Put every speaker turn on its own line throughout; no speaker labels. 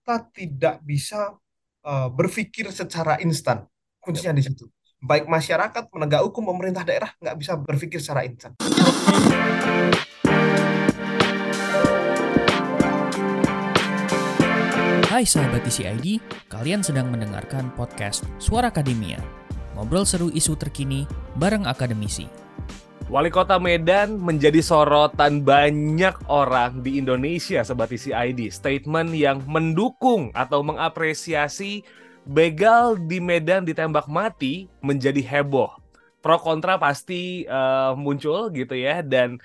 kita tidak bisa berpikir secara instan.
Yep.
Kuncinya di situ. Baik masyarakat, penegak hukum, pemerintah daerah nggak bisa berpikir secara instan.
Hai sahabat TCID, kalian sedang mendengarkan podcast Suara Akademia. Ngobrol seru isu terkini bareng akademisi.
Wali Kota Medan menjadi sorotan banyak orang di Indonesia, Sobat TCID. Statement yang mendukung atau mengapresiasi begal di Medan ditembak mati menjadi heboh. Pro kontra pasti muncul gitu ya. Dan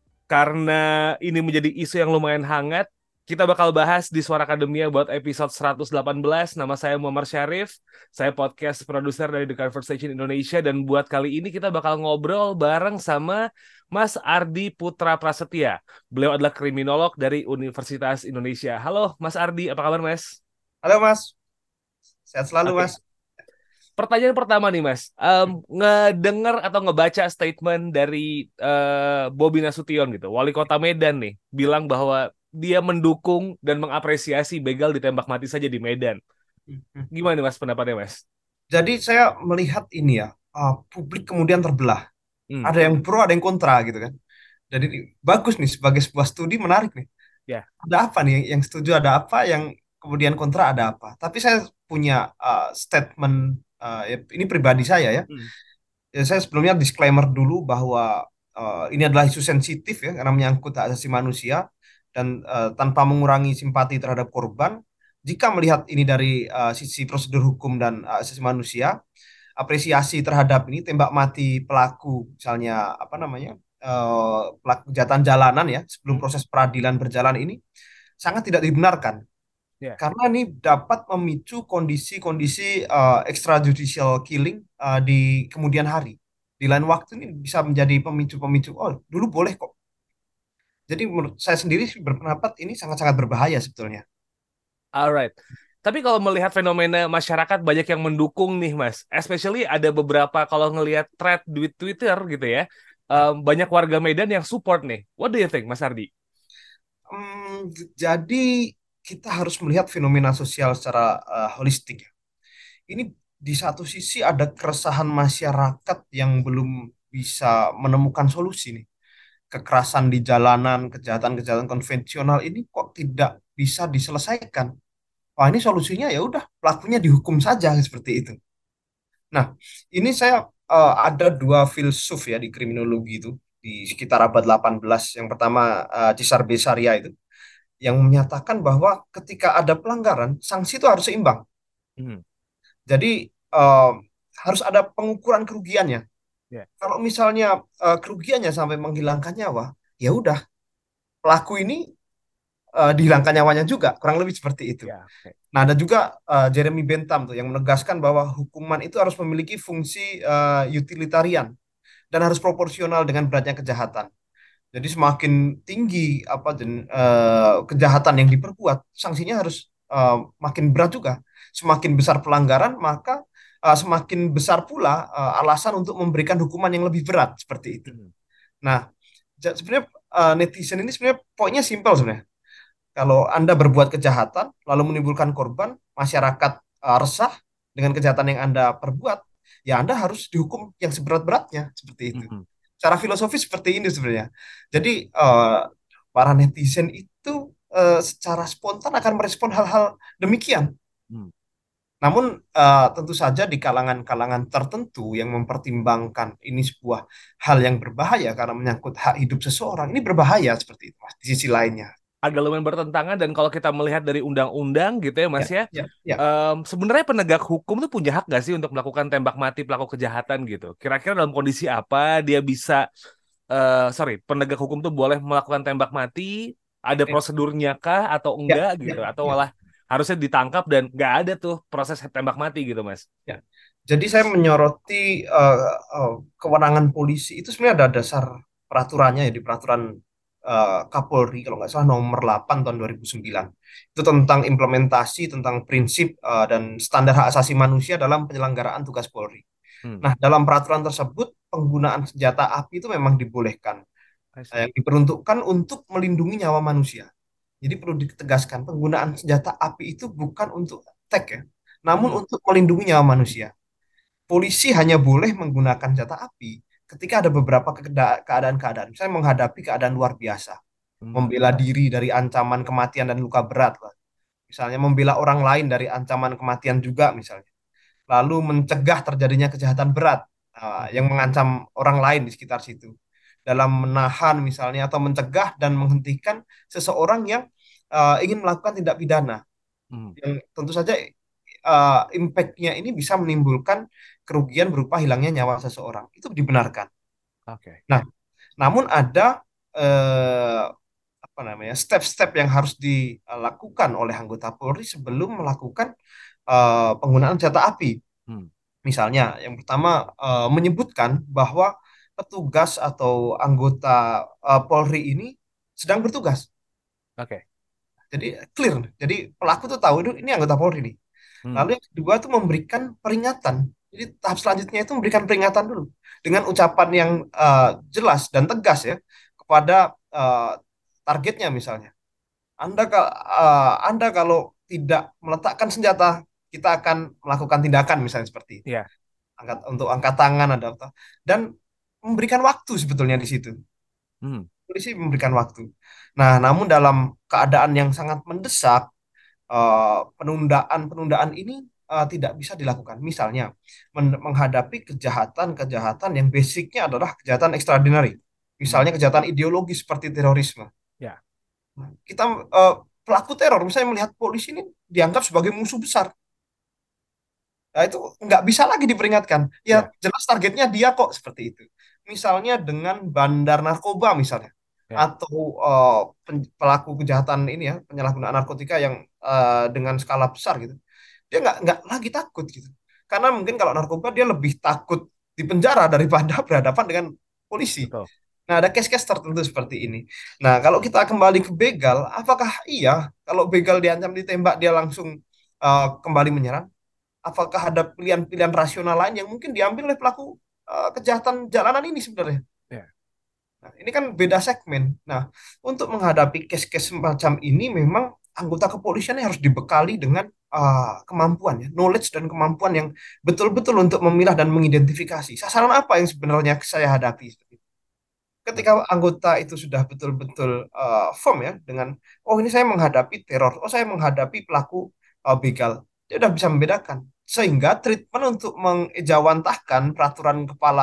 karena ini menjadi isu yang lumayan hangat, kita bakal bahas di Suara Akademia buat episode 118. Nama saya Muhammad Syarif. Saya podcast produser dari The Conversation Indonesia. Dan buat kali ini kita bakal ngobrol bareng sama Mas Ardi Putra Prasetya. Beliau adalah kriminolog dari Universitas Indonesia. Halo Mas Ardi, apa kabar Mas?
Halo Mas, sehat selalu
Oke.
Mas.
Pertanyaan pertama nih Mas, ngedenger atau ngebaca statement dari Bobi Nasution gitu, Wali Kota Medan nih, bilang bahwa dia mendukung dan mengapresiasi begal ditembak mati saja di Medan. Gimana Mas pendapatnya Mas?
Jadi saya melihat ini ya, publik kemudian terbelah.
Hmm,
Ada yang pro, ada yang kontra gitu kan. Jadi bagus nih sebagai sebuah studi, menarik nih.
ya.
Ada apa nih yang setuju, ada apa yang kemudian kontra, ada apa. Tapi saya punya statement, ini pribadi saya ya.
Hmm,
Ya, saya sebelumnya disclaimer dulu bahwa ini adalah isu sensitif ya, karena menyangkut hak asasi manusia, dan tanpa mengurangi simpati terhadap korban, jika melihat ini dari sisi prosedur hukum dan hak asasi manusia, apresiasi terhadap ini tembak mati pelaku, misalnya apa namanya, pelaku kejahatan jalanan ya, sebelum
hmm,
proses peradilan berjalan ini sangat tidak dibenarkan,
ya.
karena ini dapat memicu kondisi-kondisi extrajudicial killing di kemudian hari. Di lain waktu ini bisa menjadi pemicu-pemicu, oh dulu boleh kok. Jadi menurut saya sendiri sih berpendapat ini sangat-sangat berbahaya sebetulnya.
Alright. Tapi kalau melihat fenomena masyarakat banyak yang mendukung nih Mas, especially ada beberapa kalau ngelihat thread di Twitter gitu ya, banyak warga Medan yang support nih. What do you think Mas Ardi?
Jadi kita harus melihat fenomena sosial secara holistik. Ini di satu sisi ada keresahan masyarakat yang belum bisa menemukan solusi nih. Kekerasan di jalanan, kejahatan-kejahatan konvensional ini kok tidak bisa diselesaikan. Wah, ini solusinya ya udah pelakunya dihukum saja seperti itu. Nah, ini saya ada dua filsuf ya di kriminologi itu di sekitar abad 18. Yang pertama Cesar Besaria itu yang menyatakan bahwa ketika ada pelanggaran, sanksi itu harus seimbang.
Hmm,
Jadi eh, harus ada pengukuran kerugiannya.
ya.
Kalau misalnya kerugiannya sampai menghilangkan nyawa, ya udah pelaku ini dihilangkan nyawanya juga, kurang lebih seperti itu.
Ya, oke.
Nah, ada juga Jeremy Bentham tuh yang menegaskan bahwa hukuman itu harus memiliki fungsi utilitarian dan harus proporsional dengan beratnya kejahatan. Jadi semakin tinggi kejahatan yang diperbuat, sanksinya harus makin berat juga. Semakin besar pelanggaran, maka semakin besar pula alasan untuk memberikan hukuman yang lebih berat seperti itu.
Hmm.
Nah, sebenarnya netizen ini sebenarnya poinnya simpel sebenarnya. Kalau Anda berbuat kejahatan, lalu menimbulkan korban, masyarakat resah dengan kejahatan yang Anda perbuat, ya Anda harus dihukum yang seberat-beratnya, seperti itu.
Hmm.
Secara filosofis seperti ini sebenarnya. Jadi, para netizen itu secara spontan akan merespon hal-hal demikian.
Hmm.
Namun, tentu saja di kalangan-kalangan tertentu yang mempertimbangkan ini sebuah hal yang berbahaya karena menyangkut hak hidup seseorang, ini berbahaya seperti itu, Mas, di sisi lainnya.
Agak lumayan bertentangan dan kalau kita melihat dari undang-undang gitu ya Mas
Ya,
ya,
ya, ya.
sebenarnya penegak hukum tuh punya hak nggak sih untuk melakukan tembak mati pelaku kejahatan gitu? Kira-kira dalam kondisi apa dia bisa, penegak hukum tuh boleh melakukan tembak mati? Ada
Ya,
prosedurnya kah atau
ya,
enggak
ya,
gitu? Atau
ya,
malah harusnya ditangkap dan nggak ada tuh proses tembak mati gitu Mas?
ya. Jadi saya menyoroti kewenangan polisi itu sebenarnya ada dasar peraturannya ya di peraturan Kapolri kalau nggak salah nomor 8 tahun 2009. Itu tentang implementasi tentang prinsip dan standar hak asasi manusia dalam penyelenggaraan tugas Polri.
Hmm,
Nah, dalam peraturan tersebut penggunaan senjata api itu memang dibolehkan,
I
yang
see.
diperuntukkan untuk melindungi nyawa manusia. Jadi perlu ditegaskan penggunaan senjata api itu bukan untuk attack ya, namun
Hmm.
untuk melindungi nyawa manusia. Polisi hanya boleh menggunakan senjata api ketika ada beberapa keadaan-keadaan, misalnya menghadapi keadaan luar biasa,
Hmm.
membela diri dari ancaman kematian dan luka berat, lah. Misalnya membela orang lain dari ancaman kematian juga, misalnya. Lalu mencegah terjadinya kejahatan berat yang
Mhm.
mengancam orang lain di sekitar situ. Dalam menahan misalnya atau mencegah dan menghentikan seseorang yang ingin melakukan tindak pidana.
Hmm.
Yang tentu saja impact-nya ini bisa menimbulkan kerugian berupa hilangnya nyawa seseorang. Itu dibenarkan.
Oke.
Nah, namun ada eh, apa namanya step-step yang harus dilakukan oleh anggota Polri sebelum melakukan penggunaan senjata api.
Hmm.
Misalnya, yang pertama menyebutkan bahwa petugas atau anggota Polri ini sedang bertugas.
Oke.
Jadi clear. Jadi pelaku tuh tahu ini anggota Polri nih.
Hmm.
Lalu yang kedua tuh memberikan peringatan. Jadi tahap selanjutnya itu memberikan peringatan dulu dengan ucapan yang jelas dan tegas ya kepada targetnya misalnya. Anda kalau tidak meletakkan senjata, kita akan melakukan tindakan misalnya seperti itu.
Ya.
Untuk angkat tangan ada apa. Dan memberikan waktu sebetulnya di situ.
Hmm.
Polisi memberikan waktu. Nah, namun dalam keadaan yang sangat mendesak, penundaan-penundaan ini tidak bisa dilakukan. Misalnya, menghadapi kejahatan-kejahatan yang basicnya adalah kejahatan ekstraordinari.
Hmm.
Misalnya kejahatan ideologis seperti terorisme.
Ya.
Nah, kita pelaku teror misalnya melihat polisi ini dianggap sebagai musuh besar. Nah, itu nggak bisa lagi diperingatkan. Ya,
Ya.
jelas targetnya dia kok seperti itu. Misalnya dengan bandar narkoba misalnya.
Ya.
Atau pelaku kejahatan ini ya, penyalahgunaan narkotika yang dengan skala besar gitu. Dia nggak lagi takut gitu. Karena mungkin kalau narkoba dia lebih takut di penjara daripada berhadapan dengan polisi.
Betul.
Nah, ada case-case tertentu seperti ini. Nah, kalau kita kembali ke begal, apakah iya kalau begal diancam ditembak dia langsung kembali menyerang? Apakah ada pilihan-pilihan rasional lain yang mungkin diambil oleh pelaku kejahatan jalanan ini sebenarnya?
Ya.
Nah, ini kan beda segmen. Nah, untuk menghadapi case-case semacam ini memang anggota kepolisian harus dibekali dengan kemampuan ya, knowledge dan kemampuan yang betul-betul untuk memilah dan mengidentifikasi sasaran apa yang sebenarnya saya hadapi. Ketika anggota itu sudah betul-betul firm ya dengan oh ini saya menghadapi teror, oh saya menghadapi pelaku begal, dia udah bisa membedakan sehingga treatment untuk mengejawantahkan peraturan kepala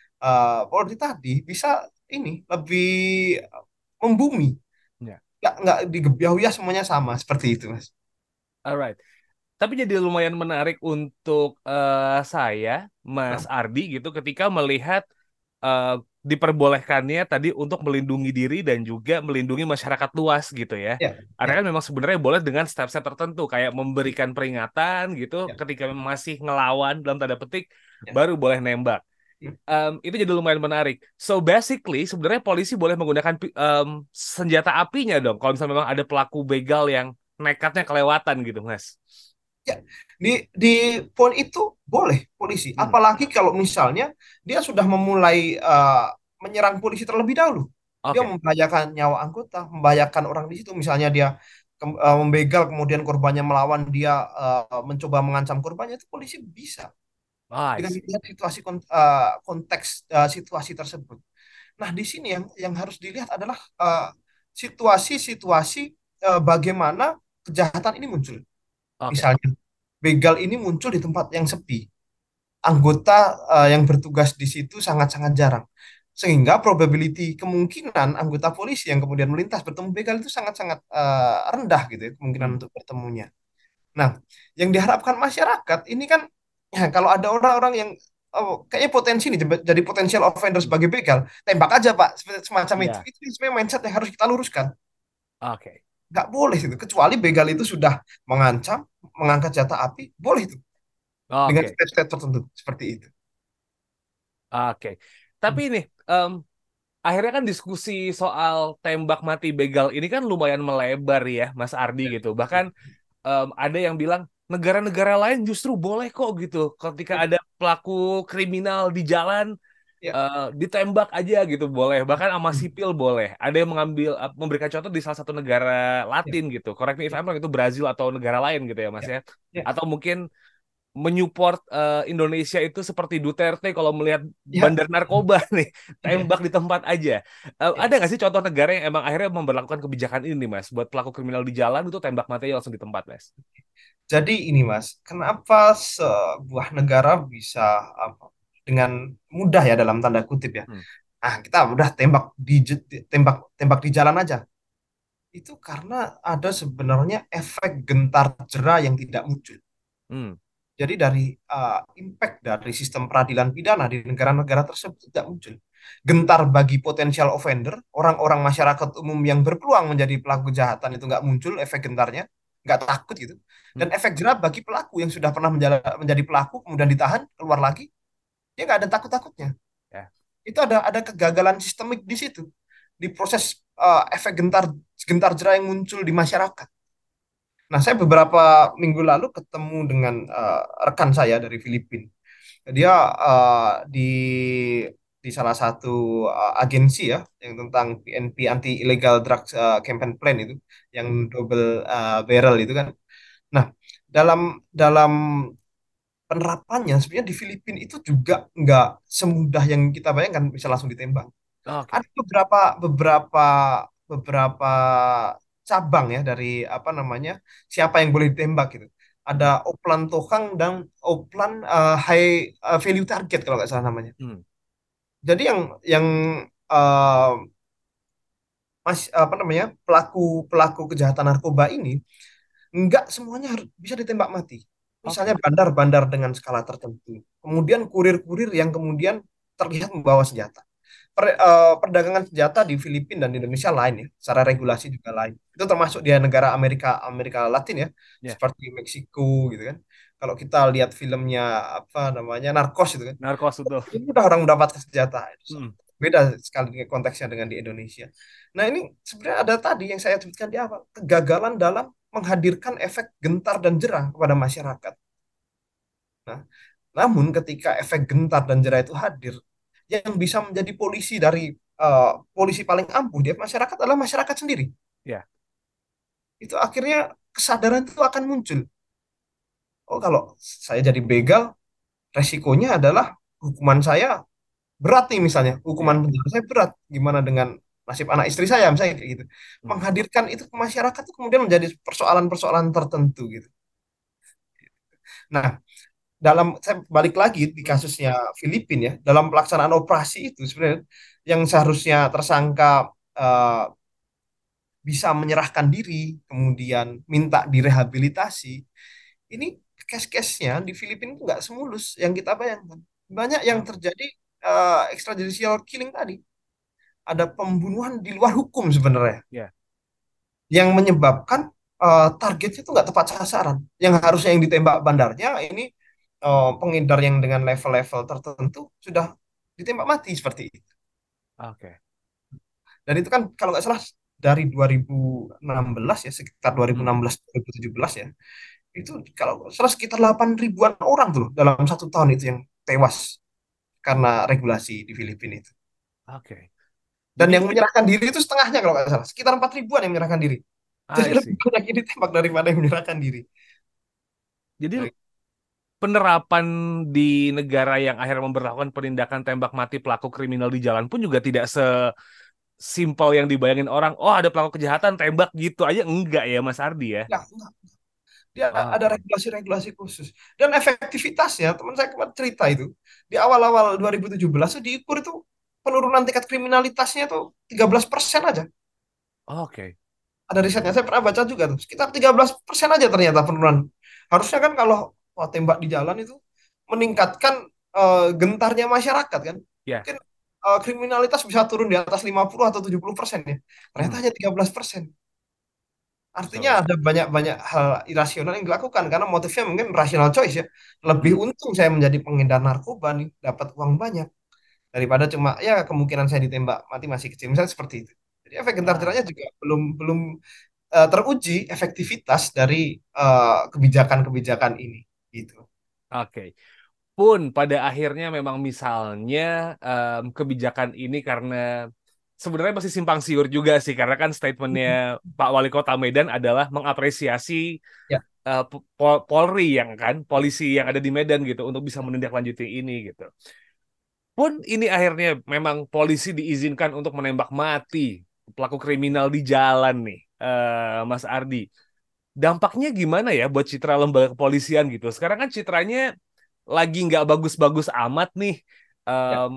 Polri tadi bisa ini lebih membumi,
Ya.
nggak digebyah semuanya sama seperti itu mas.
Alright. Tapi jadi lumayan menarik untuk saya, Mas
Nah,
Ardi gitu, ketika melihat eh, diperbolehkannya tadi untuk melindungi diri dan juga melindungi masyarakat luas gitu ya.
ya
Karena
ya
kan memang sebenarnya boleh dengan step-step tertentu, kayak memberikan peringatan gitu,
ya,
ketika masih ngelawan dalam tanda petik,
ya.
baru boleh nembak. Itu jadi lumayan menarik. So basically sebenarnya polisi boleh menggunakan senjata apinya dong, kalau misalnya memang ada pelaku begal yang nekatnya kelewatan gitu, Mas.
Ya, di poin itu boleh polisi.
Hmm.
Apalagi kalau misalnya dia sudah memulai menyerang polisi terlebih dahulu. Dia
Oke.
membahayakan nyawa anggota, membahayakan orang di situ. Misalnya dia membegal, kemudian korbannya melawan, dia mencoba mengancam korbannya, itu polisi bisa
Ah, I
dengan
see.
melihat situasi konteks situasi tersebut. Nah, di sini yang harus dilihat adalah situasi-situasi bagaimana kejahatan ini muncul.
Oke.
Misalnya begal ini muncul di tempat yang sepi. Anggota yang bertugas di situ sangat-sangat jarang. Sehingga probability kemungkinan anggota polisi yang kemudian melintas bertemu begal itu sangat-sangat rendah gitu ya, kemungkinan
Hmm.
untuk bertemunya. Nah, yang diharapkan masyarakat ini kan ya, kalau ada orang-orang yang oh, kayaknya potensi nih jadi potensial offender
Hmm.
sebagai begal, tembak aja Pak, semacam itu.
Ya.
Itu sebenarnya mindset yang harus kita luruskan.
Oke.
Nggak boleh itu, kecuali begal itu sudah mengancam, mengangkat senjata api, boleh itu dengan
Oke.
step-step tertentu seperti itu.
Oke. Tapi ini akhirnya kan diskusi soal tembak mati begal ini kan lumayan melebar ya, Mas Ardi
Ya,
gitu. Bahkan ada yang bilang negara-negara lain justru boleh kok gitu. Ketika
ya,
ada pelaku kriminal di jalan,
Ya,
ditembak aja gitu boleh, bahkan sama
hmm,
sipil boleh. Ada yang memberikan contoh di salah satu negara
ya,
Latin gitu. Correct me if
ya,
I'm wrong, itu Brazil atau negara lain gitu ya Mas
ya,
ya.
ya,
Atau mungkin menyupport Indonesia itu seperti Duterte kalau melihat
ya,
bandar narkoba nih,
ya,
tembak di tempat aja. Ada
ya.
nggak sih contoh negara yang emang akhirnya memberlakukan kebijakan ini nih, Mas, buat pelaku kriminal di jalan itu tembak mati aja langsung di tempat, Mas?
Jadi ini Mas, kenapa sebuah negara bisa apa, dengan mudah ya dalam tanda kutip ya.
Hmm.
Ah, kita udah tembak tembak di jalan aja. Itu karena ada sebenarnya efek gentar jera yang tidak muncul.
Hmm.
Jadi dari impact dari sistem peradilan pidana di negara-negara tersebut tidak muncul. Gentar bagi potensial offender, orang-orang masyarakat umum yang berpeluang menjadi pelaku kejahatan itu nggak muncul efek gentarnya, nggak takut gitu.
Hmm.
Dan efek jerah bagi pelaku yang sudah pernah menjadi pelaku kemudian ditahan keluar lagi, dia nggak ada takut-takutnya.
Ya.
Itu ada kegagalan sistemik di situ, di proses efek gentar gentar jerah yang muncul di masyarakat. Nah, saya beberapa minggu lalu ketemu dengan rekan saya dari Filipina. Dia di salah satu agensi ya yang tentang PNP anti illegal drugs campaign plan itu yang double barrel itu kan. Nah, dalam dalam penerapannya sebenarnya di Filipina itu juga nggak semudah yang kita bayangkan bisa langsung ditembak. Ada
Oke.
beberapa beberapa cabang ya dari apa namanya siapa yang boleh ditembak gitu. Ada
Hmm.
Oplan Tokang dan Oplan High Value Target kalau nggak salah namanya.
Hmm.
Jadi yang eh, apa namanya pelaku pelaku kejahatan narkoba ini nggak semuanya harus bisa ditembak mati. Misalnya
Oke.
bandar-bandar dengan skala tertentu. Kemudian kurir-kurir yang kemudian terlihat membawa senjata. Perdagangan senjata di Filipina dan di Indonesia lain ya, secara
Hmm.
regulasi juga lain. Itu termasuk di negara Amerika Amerika Latin ya,
Ya.
seperti Meksiko gitu kan. Kalau kita lihat filmnya apa namanya Narcos itu kan,
Narkos itu.
ini udah orang mendapatkan senjata.
Hmm.
Beda sekali konteksnya dengan di Indonesia. Nah ini sebenarnya ada tadi yang saya sebutkan di awal, kegagalan dalam menghadirkan efek gentar dan jerah kepada masyarakat. Nah, namun ketika efek gentar dan jerah itu hadir, yang bisa menjadi polisi dari polisi paling ampuh di masyarakat adalah masyarakat sendiri.
Ya.
Itu akhirnya kesadaran itu akan muncul. Oh, kalau saya jadi begal, resikonya adalah hukuman saya berat nih misalnya, hukuman
Ya.
penjara saya berat. Gimana dengan nasib anak istri saya misalnya kayak gitu.
Hmm.
Menghadirkan itu ke masyarakat itu kemudian menjadi persoalan-persoalan tertentu gitu. Nah, dalam saya balik lagi di
Hmm.
kasusnya Filipina ya, dalam pelaksanaan operasi itu sebenarnya yang seharusnya tersangka eh, bisa menyerahkan diri, kemudian minta direhabilitasi, ini case-case-nya di Filipina itu nggak semulus yang kita bayangkan. Banyak yang
Oh.
terjadi extrajudicial killing tadi. Ada pembunuhan di luar hukum sebenarnya
Ya.
yang menyebabkan targetnya itu nggak tepat sasaran. Yang harusnya yang ditembak bandarnya ini pengedar yang dengan level-level tertentu sudah ditembak mati seperti itu.
Oke.
Dan itu kan kalau nggak salah dari 2016 ya sekitar
Hmm.
2016 2017 ya itu kalau nggak salah sekitar 8 ribuan orang tuh loh dalam 1 tahun itu yang tewas karena regulasi di Filipina itu.
Oke.
Dan
Jadi,
yang menyerahkan diri itu setengahnya kalau nggak salah sekitar 4 ribuan yang menyerahkan diri. Jadi
I
lebih
see.
banyak yang ditembak daripada yang menyerahkan diri.
Jadi
Nah,
penerapan di negara yang akhirnya memberlakukan penindakan tembak mati pelaku kriminal di jalan pun juga tidak sesimpel yang dibayangin orang. Oh, ada pelaku kejahatan tembak gitu aja enggak ya, Mas Ardi ya?
enggak. Dia ada
Oke.
regulasi-regulasi khusus. Dan efektivitasnya, teman saya kemarin cerita itu, di awal-awal 2017 itu diukur itu penurunan tingkat kriminalitasnya itu 13% aja.
Oke.
Ada risetnya, saya pernah baca juga tuh, sekitar 13% aja ternyata penurunan. Harusnya kan kalau wah, tembak di jalan itu meningkatkan gentarnya masyarakat kan.
Ya.
Mungkin kriminalitas bisa turun di atas 50 atau 70% ya. Ternyata
Hmm.
hanya 13%. Artinya
So.
ada banyak-banyak hal irasional yang dilakukan karena motifnya mungkin rational choice ya. Lebih
Hmm.
untung saya menjadi pengedar narkoba nih, dapat uang banyak daripada cuma ya kemungkinan saya ditembak mati masih kecil. Misalnya seperti itu. Jadi efek gentar
Ah,
jerahnya juga belum belum teruji efektivitas dari kebijakan-kebijakan ini gitu.
oke. pun pada akhirnya memang misalnya kebijakan ini karena sebenarnya masih simpang siur juga sih karena kan statementnya Pak Wali Kota Medan adalah mengapresiasi
Ya.
Polri yang kan polisi yang ada di Medan gitu untuk bisa menindaklanjuti ini gitu. Pun ini akhirnya memang polisi diizinkan untuk menembak mati pelaku kriminal di jalan nih, Mas Ardi. Dampaknya gimana ya buat citra lembaga kepolisian gitu? Sekarang kan citranya lagi nggak bagus-bagus amat nih.
Ya.
Em,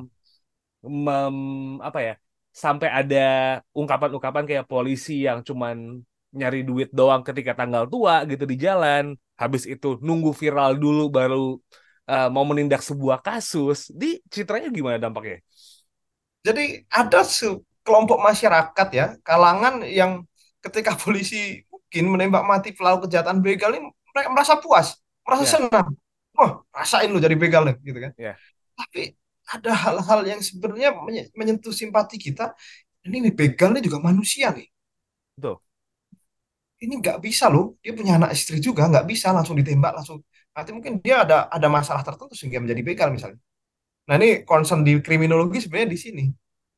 apa ya? Sampai ada ungkapan-ungkapan kayak polisi yang cuman nyari duit doang ketika tanggal tua gitu di jalan. Habis itu nunggu viral dulu baru mau menindak sebuah kasus. Di citranya gimana dampaknya?
Jadi ada kelompok masyarakat ya, kalangan yang ketika polisi mungkin menembak mati pelaku kejahatan begal ini mereka merasa puas, merasa
Ya,
senang. Wah, rasain lu jadi begal nih, gitu kan.
ya,
Tapi ada hal-hal yang sebenarnya menyentuh simpati kita. Ini begal ini juga manusia nih.
betul.
Ini nggak bisa loh. Dia punya anak istri juga, nggak bisa langsung ditembak langsung. Nanti mungkin dia ada masalah tertentu sehingga menjadi begal misalnya. Nah ini concern di kriminologi sebenarnya di sini.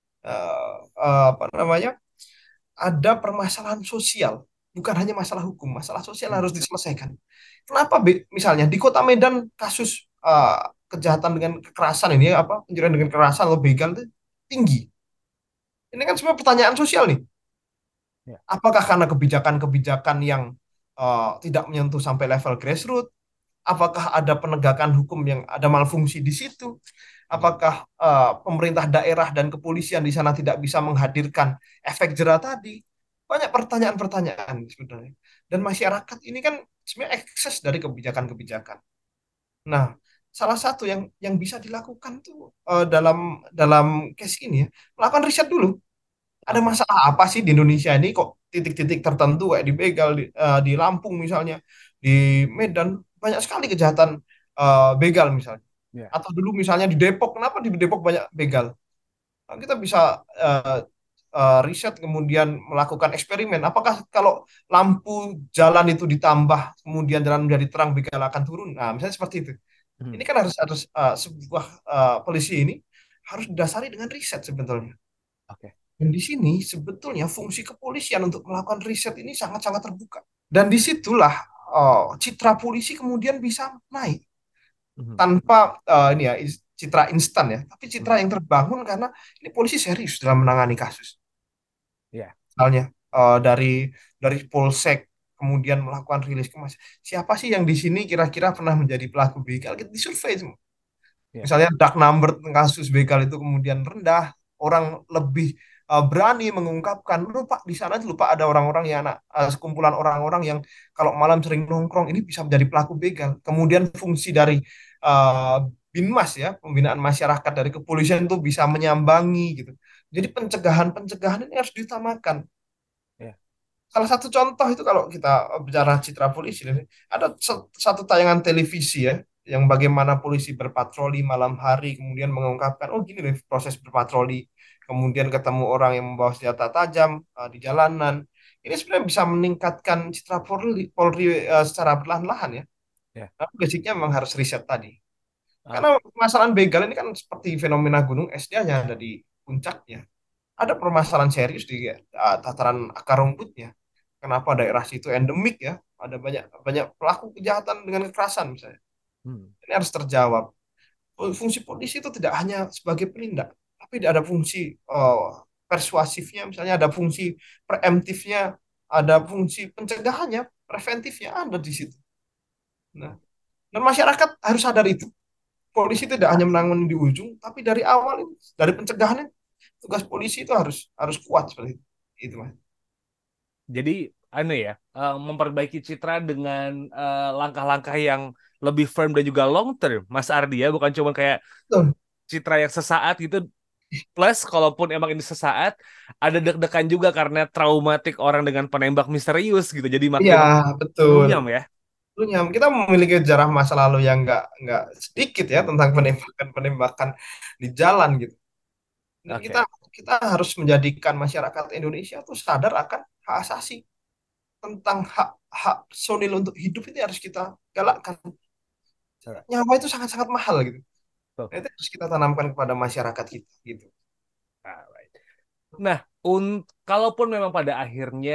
Apa namanya? Ada permasalahan sosial, bukan hanya masalah hukum, masalah sosial
Hmm,
harus diselesaikan. Kenapa misalnya di Kota Medan kasus kejahatan dengan kekerasan ini apa pencurian dengan kekerasan atau begal itu tinggi. Ini kan semua pertanyaan sosial nih.
ya,
Apakah karena kebijakan-kebijakan yang tidak menyentuh sampai level grassroots? Apakah ada penegakan hukum yang ada malfungsi di situ?
hmm,
Apakah pemerintah daerah dan kepolisian di sana tidak bisa menghadirkan efek jera tadi? Banyak pertanyaan-pertanyaan sebenarnya. Dan masyarakat ini kan sebenarnya ekses dari kebijakan-kebijakan. Nah, salah satu yang bisa dilakukan tuh dalam dalam case ini ya, melakukan riset dulu. Ada
oke,
masalah apa sih di Indonesia ini kok titik-titik tertentu kayak di begal di Lampung misalnya, di Medan banyak sekali kejahatan begal misalnya.
ya,
Atau dulu misalnya di Depok, kenapa di Depok banyak begal? Nah, kita bisa riset kemudian melakukan eksperimen. Apakah kalau lampu jalan itu ditambah kemudian jalan menjadi terang begal akan turun? Nah, misalnya seperti itu.
hmm,
Ini kan harus sebuah polisi ini harus didasari dengan riset sebetulnya.
oke,
Dan di sini sebetulnya fungsi kepolisian untuk melakukan riset ini sangat-sangat terbuka. Dan disitulah citra polisi kemudian bisa naik
hmm,
tanpa ini ya citra instan ya, tapi
hmm,
citra yang terbangun karena ini polisi serius dalam menangani kasus.
ya,
Misalnya dari Polsek kemudian melakukan rilis ke mas, siapa sih yang di sini kira-kira pernah menjadi pelaku begal? Kita disurvei semua.
ya,
Misalnya dark number kasus begal itu kemudian rendah, orang lebih berani mengungkapkan, lupa di sana tuh lupa ada orang-orang yang sekumpulan orang-orang yang kalau malam sering nongkrong ini bisa menjadi pelaku begal. Kemudian fungsi dari uh, Binmas ya, pembinaan masyarakat dari kepolisian itu bisa menyambangi gitu. Jadi pencegahan-pencegahan ini harus diutamakan.
ya,
Salah satu contoh itu kalau kita bicara citra polisi, ada satu tayangan televisi ya, yang bagaimana polisi berpatroli malam hari, kemudian mengungkapkan, oh gini deh proses berpatroli, kemudian ketemu orang yang membawa senjata tajam di jalanan. Ini sebenarnya bisa meningkatkan citra Polri secara perlahan-lahan ya.
ya,
Tapi basicnya memang harus riset tadi. Karena
oke,
permasalahan begal ini kan seperti fenomena gunung es, dia hanya ada di puncaknya. Ada permasalahan serius di tataran akar rumputnya. Kenapa daerah situ endemik ya? Ada banyak banyak pelaku kejahatan dengan kekerasan misalnya.
hmm,
Ini harus terjawab. Fungsi polisi itu tidak hanya sebagai penindak, tapi ada fungsi persuasifnya, misalnya ada fungsi preemptifnya, ada fungsi pencegahannya, preventifnya ada di situ. Nah, dan masyarakat harus sadar itu. Polisi tidak hanya menangani di ujung, tapi dari awal ini, dari pencegahannya, tugas polisi itu harus harus kuat seperti itu. Itu mas.
jadi anu ya, memperbaiki citra dengan langkah-langkah yang lebih firm dan juga long term, Mas Ardi ya, bukan cuma kayak
Betul.
citra yang sesaat gitu. Plus, kalaupun emang ini sesaat, ada deg-degan juga karena traumatik orang dengan penembak misterius gitu. Jadi
Iya,
makin
betul.
runyam ya.
Tentunya kita memiliki sejarah masa lalu yang nggak sedikit ya tentang
Iya.
penembakan-penembakan di jalan gitu. Dan kita
Oke.
kita harus menjadikan masyarakat Indonesia tuh sadar akan hak asasi tentang hak hak personil untuk hidup ini harus kita galakkan. Nyawa itu sangat-sangat mahal gitu.
Betul.
Nah, itu harus kita tanamkan kepada masyarakat kita gitu.
Alright. Nah, kalaupun memang pada akhirnya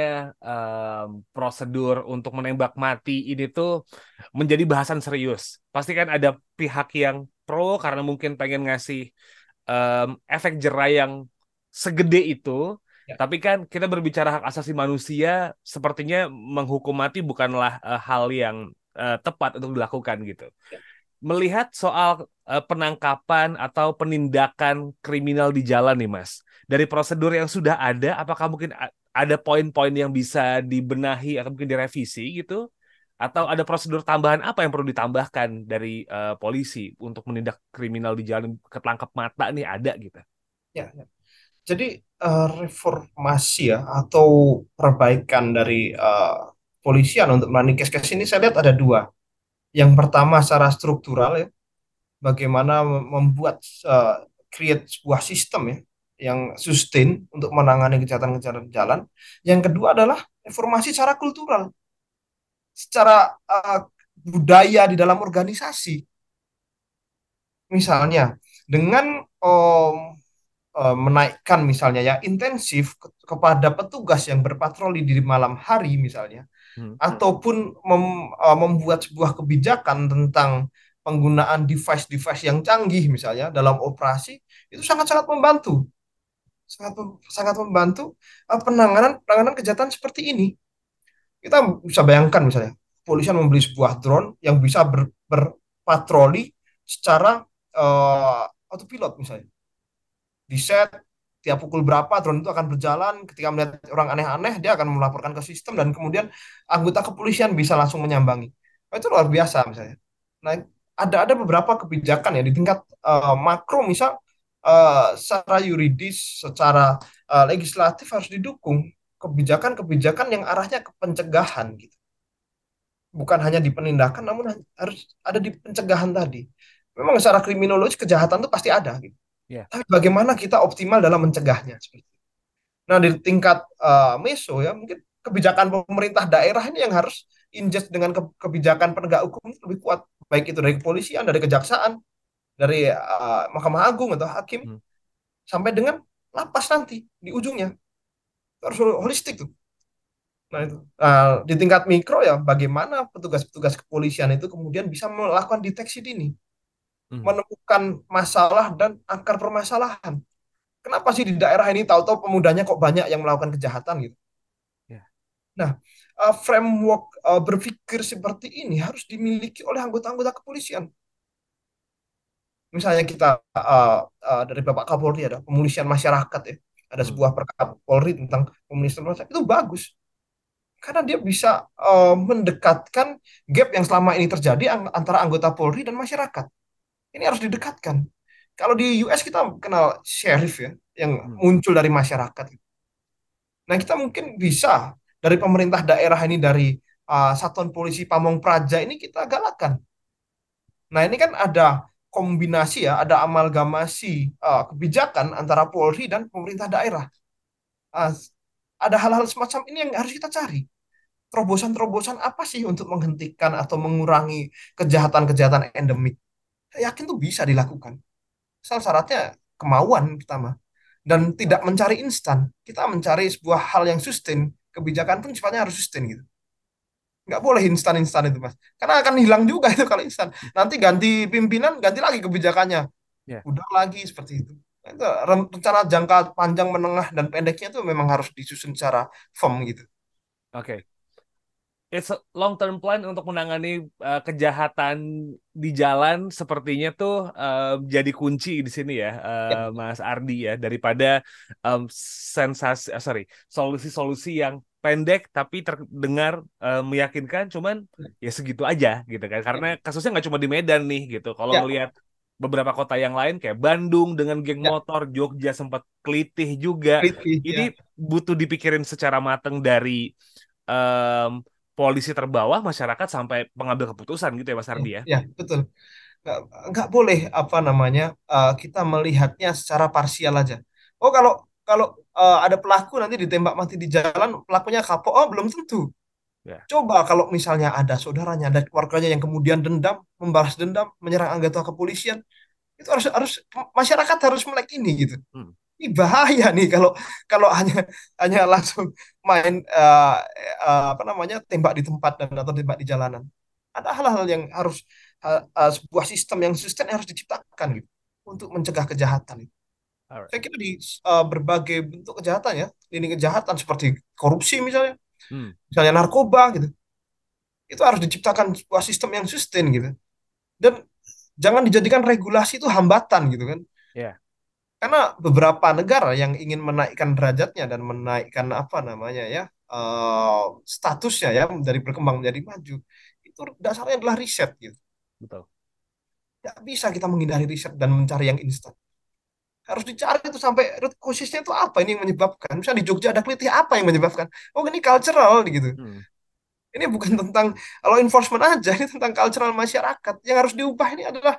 prosedur untuk menembak mati ini tuh menjadi bahasan serius, pasti kan ada pihak yang pro karena mungkin pengen ngasih efek jera yang segede itu.
Ya,
Tapi kan kita berbicara hak asasi manusia, sepertinya menghukum mati bukanlah hal yang tepat untuk dilakukan gitu.
ya,
Melihat soal penangkapan atau penindakan kriminal di jalan nih Mas, dari prosedur yang sudah ada, apakah mungkin ada poin-poin yang bisa dibenahi atau mungkin direvisi gitu? Atau ada prosedur tambahan apa yang perlu ditambahkan dari polisi untuk menindak kriminal di jalan ketangkap mata nih ada gitu?
ya, ya. Jadi reformasi ya atau perbaikan dari polisian untuk menangani kes-kes ini saya lihat ada dua. Yang pertama secara struktural ya, bagaimana membuat create sebuah sistem ya yang sustain untuk menangani kejahatan-kejahatan jalan. Yang kedua adalah reformasi secara kultural, secara budaya di dalam organisasi. Misalnya dengan menaikkan misalnya ya intensif kepada petugas yang berpatroli di malam hari misalnya,
Hmm.
ataupun membuat sebuah kebijakan tentang penggunaan device-device yang canggih misalnya dalam operasi, itu sangat-sangat membantu, sangat membantu penanganan penanganan kejahatan seperti ini. Kita bisa bayangkan misalnya polisian membeli sebuah drone yang bisa berpatroli secara autopilot misalnya, di set tiap pukul berapa drone itu akan berjalan, ketika melihat orang aneh-aneh dia akan melaporkan ke sistem dan kemudian anggota kepolisian bisa langsung menyambangi. Nah, itu luar biasa misalnya. Nah, ada beberapa kebijakan ya di tingkat makro misal secara yuridis, secara legislatif harus didukung kebijakan-kebijakan yang arahnya ke pencegahan gitu. Bukan hanya di penindakan namun harus ada di pencegahan tadi. Memang secara kriminologi kejahatan itu pasti ada gitu.
Ya.
Tapi bagaimana kita optimal dalam mencegahnya seperti itu. Nah, di tingkat meso ya, mungkin kebijakan pemerintah daerah ini yang harus ingest dengan kebijakan penegak hukum itu lebih kuat, baik itu dari kepolisian, dari kejaksaan, dari Mahkamah Agung atau hakim,
Hmm.
sampai dengan lapas nanti di ujungnya. Itu harus holistik tuh. Nah, itu. Nah, di tingkat mikro ya, bagaimana petugas-petugas kepolisian itu kemudian bisa melakukan deteksi dini,
Hmm.
menemukan masalah dan akar permasalahan. Kenapa sih di daerah ini tahu-tahu pemudanya kok banyak yang melakukan kejahatan gitu?
Ya.
Nah, framework berpikir seperti ini harus dimiliki oleh anggota-anggota kepolisian. Misalnya kita dari Bapak Kapolri ada pemulisian masyarakat ya, ada
Hmm.
sebuah perkap Polri tentang pemulisian masyarakat itu bagus karena dia bisa mendekatkan gap yang selama ini terjadi antara anggota Polri dan masyarakat. Ini harus didekatkan. Kalau di US kita kenal sheriff ya, yang
Hmm.
muncul dari masyarakat. Nah, kita mungkin bisa dari pemerintah daerah ini, dari Satuan Polisi Pamong Praja ini kita galakkan. Nah, ini kan ada kombinasi ya, ada amalgamasi kebijakan antara Polri dan pemerintah daerah. Ah, ada hal-hal semacam ini yang harus kita cari. Terobosan-terobosan apa sih untuk menghentikan atau mengurangi kejahatan-kejahatan endemik? Saya yakin tuh bisa dilakukan. Asal syaratnya kemauan pertama. Dan tidak mencari instan. Kita mencari sebuah hal yang sustain. Kebijakan pun sifatnya harus sustain gitu. Nggak boleh instan-instan itu, Mas. Karena akan hilang juga itu kalau instan. Nanti ganti pimpinan, ganti lagi kebijakannya.
Ya.
Udah lagi seperti itu. Nah, itu rencana jangka panjang, menengah, dan pendeknya itu memang harus disusun secara firm gitu.
Oke. It's a long term plan untuk menangani kejahatan di jalan sepertinya tuh jadi kunci di sini ya,
Ya,
Mas Ardi ya, daripada solusi-solusi yang pendek tapi terdengar meyakinkan, cuman ya segitu aja gitu kan,
ya,
karena kasusnya nggak cuma di Medan nih gitu. Kalau
ya,
ngelihat beberapa kota yang lain kayak Bandung dengan geng
ya,
motor, Jogja sempat kelitih juga.
kritis,
Ini
ya.
butuh dipikirin secara matang dari em, polisi terbawah, masyarakat sampai pengambil keputusan gitu ya Mas
Ya,
Ardi ya.
ya, betul. nggak, nggak boleh apa namanya kita melihatnya secara parsial aja. Oh, kalau kalau ada pelaku nanti ditembak mati di jalan, pelakunya kapok. Oh, belum tentu.
Ya.
Coba kalau misalnya ada saudaranya, ada keluarganya yang kemudian dendam, membalas dendam, menyerang anggota kepolisian, itu harus masyarakat harus melek ini gitu.
Hmm.
Ini bahaya nih kalau kalau hanya hanya langsung main apa namanya tembak di tempat dan atau tembak di jalanan. Ada hal-hal yang harus sebuah sistem yang sustain harus diciptakan gitu untuk mencegah kejahatan.
Alright.
Saya kira di berbagai bentuk kejahatan ya, ini kejahatan seperti korupsi misalnya narkoba gitu, itu harus diciptakan sebuah sistem yang sustain gitu. Dan jangan dijadikan regulasi itu hambatan gitu kan.
Ya.
Karena beberapa negara yang ingin menaikkan derajatnya dan menaikkan apa namanya ya statusnya ya dari berkembang menjadi maju, itu dasarnya adalah riset gitu.
Betul.
Tidak bisa kita menghindari riset dan mencari yang instan. Harus dicari itu sampai root causesnya itu apa ini yang menyebabkan. Misalnya di Jogja ada kelitih apa yang menyebabkan. Oh ini cultural gitu. Ini bukan tentang law enforcement aja, ini tentang cultural masyarakat. Yang harus diubah ini adalah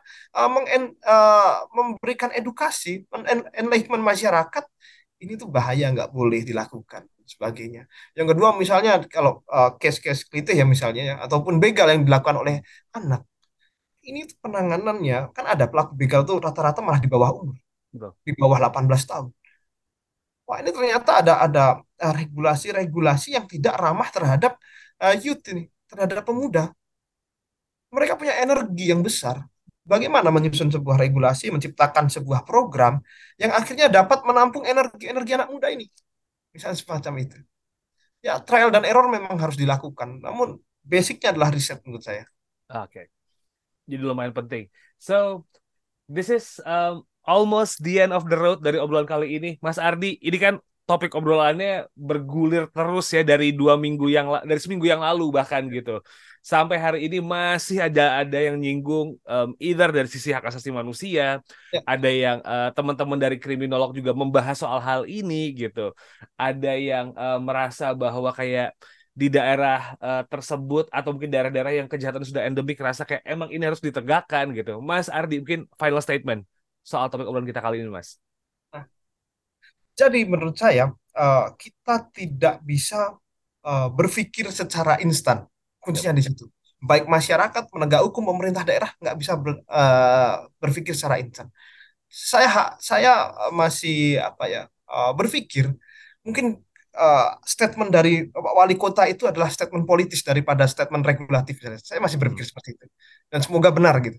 memberikan edukasi, enlightenment masyarakat. Ini tuh bahaya, nggak boleh dilakukan, sebagainya. Yang kedua, misalnya kalau case-case kelitih ya misalnya, ya, ataupun begal yang dilakukan oleh anak. Ini tuh penanganannya, kan ada pelaku begal tuh rata-rata malah di bawah umur,
Betul.
di bawah 18 tahun. Wah, ini ternyata ada regulasi-regulasi yang tidak ramah terhadap youth ini, terhadap pemuda. Mereka punya energi yang besar. Bagaimana menyusun sebuah regulasi, menciptakan sebuah program yang akhirnya dapat menampung energi-energi anak muda ini. Misalnya semacam itu. Ya, trial dan error memang harus dilakukan. Namun, basicnya adalah riset menurut saya.
Oke. Jadi lumayan penting. So, this is almost the end of the road dari obrolan kali ini. Mas Ardi, ini kan topik obrolannya bergulir terus ya dari dari seminggu yang lalu bahkan gitu. Sampai hari ini masih ada yang nyinggung either dari sisi hak asasi manusia,
Ya.
ada yang teman-teman dari kriminolog juga membahas soal hal ini gitu. Ada yang merasa bahwa kayak di daerah tersebut atau mungkin daerah-daerah yang kejahatan sudah endemik rasa kayak emang ini harus ditegakkan gitu. Mas Ardi, mungkin final statement soal topik obrolan kita kali ini, Mas.
Nah, jadi menurut saya kita tidak bisa berpikir secara instan. Kuncinya di situ. Baik masyarakat, penegak hukum, pemerintah daerah nggak bisa berpikir secara instan. Saya masih apa ya berpikir mungkin statement dari wali kota itu adalah statement politis daripada statement regulatif. Saya masih berpikir seperti itu dan semoga benar gitu.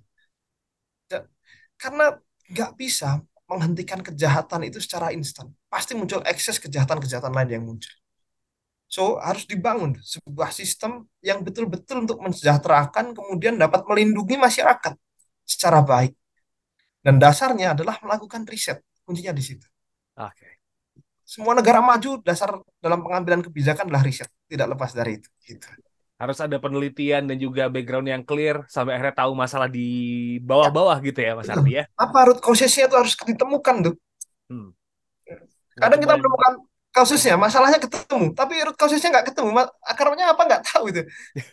Karena nggak bisa menghentikan kejahatan itu secara instan. Pasti muncul ekses kejahatan-kejahatan lain yang muncul. So, harus dibangun sebuah sistem yang betul-betul untuk mensejahterakan, kemudian dapat melindungi masyarakat secara baik. Dan dasarnya adalah melakukan riset. Kuncinya di situ.
Oke.
Semua negara maju, dasar dalam pengambilan kebijakan adalah riset. Tidak lepas dari itu. Gitu.
Harus ada penelitian dan juga background yang clear sampai akhirnya tahu masalah di bawah-bawah gitu ya, Mas Ardi ya.
Apa root causesnya itu harus ditemukan tuh. Kadang kita menemukan kasusnya, masalahnya ketemu, tapi root causesnya nggak ketemu. Akarnya apa nggak tahu itu.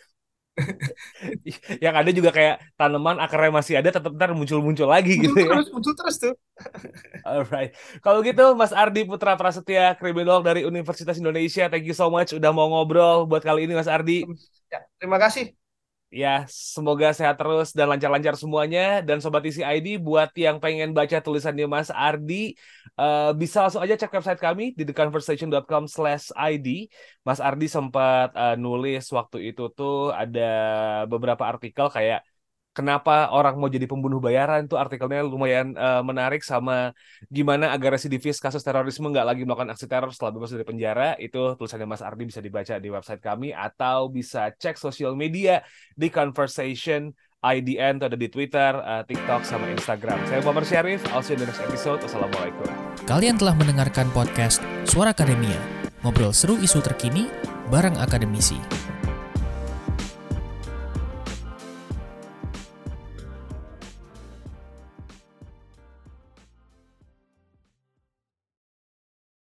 Yang ada juga kayak tanaman akarnya masih ada, tetap ntar muncul-muncul lagi gitu ya.
Muncul terus tuh.
Alright. Kalau gitu, Mas Ardi Putra Prasetya, kriminolog dari Universitas Indonesia, thank you so much udah mau ngobrol buat kali ini, Mas Ardi.
Ya, terima kasih.
Ya, semoga sehat terus dan lancar-lancar semuanya. Dan Sobat Isi ID, buat yang pengen baca tulisannya Mas Ardi, bisa langsung aja cek website kami di theconversation.com/id. Mas Ardi sempat nulis waktu itu tuh ada beberapa artikel kayak kenapa orang mau jadi pembunuh bayaran, tuh artikelnya lumayan menarik, sama gimana agar residivis kasus terorisme nggak lagi melakukan aksi teror setelah bebas dari penjara. Itu tulisannya Mas Ardi bisa dibaca di website kami atau bisa cek sosial media di Conversation IDN, atau ada di Twitter, TikTok, sama Instagram. Saya Muhammad Syarif, I'll see you in the next episode. Wassalamualaikum.
Kalian telah mendengarkan podcast Suara Akademia, ngobrol seru isu terkini bareng akademisi.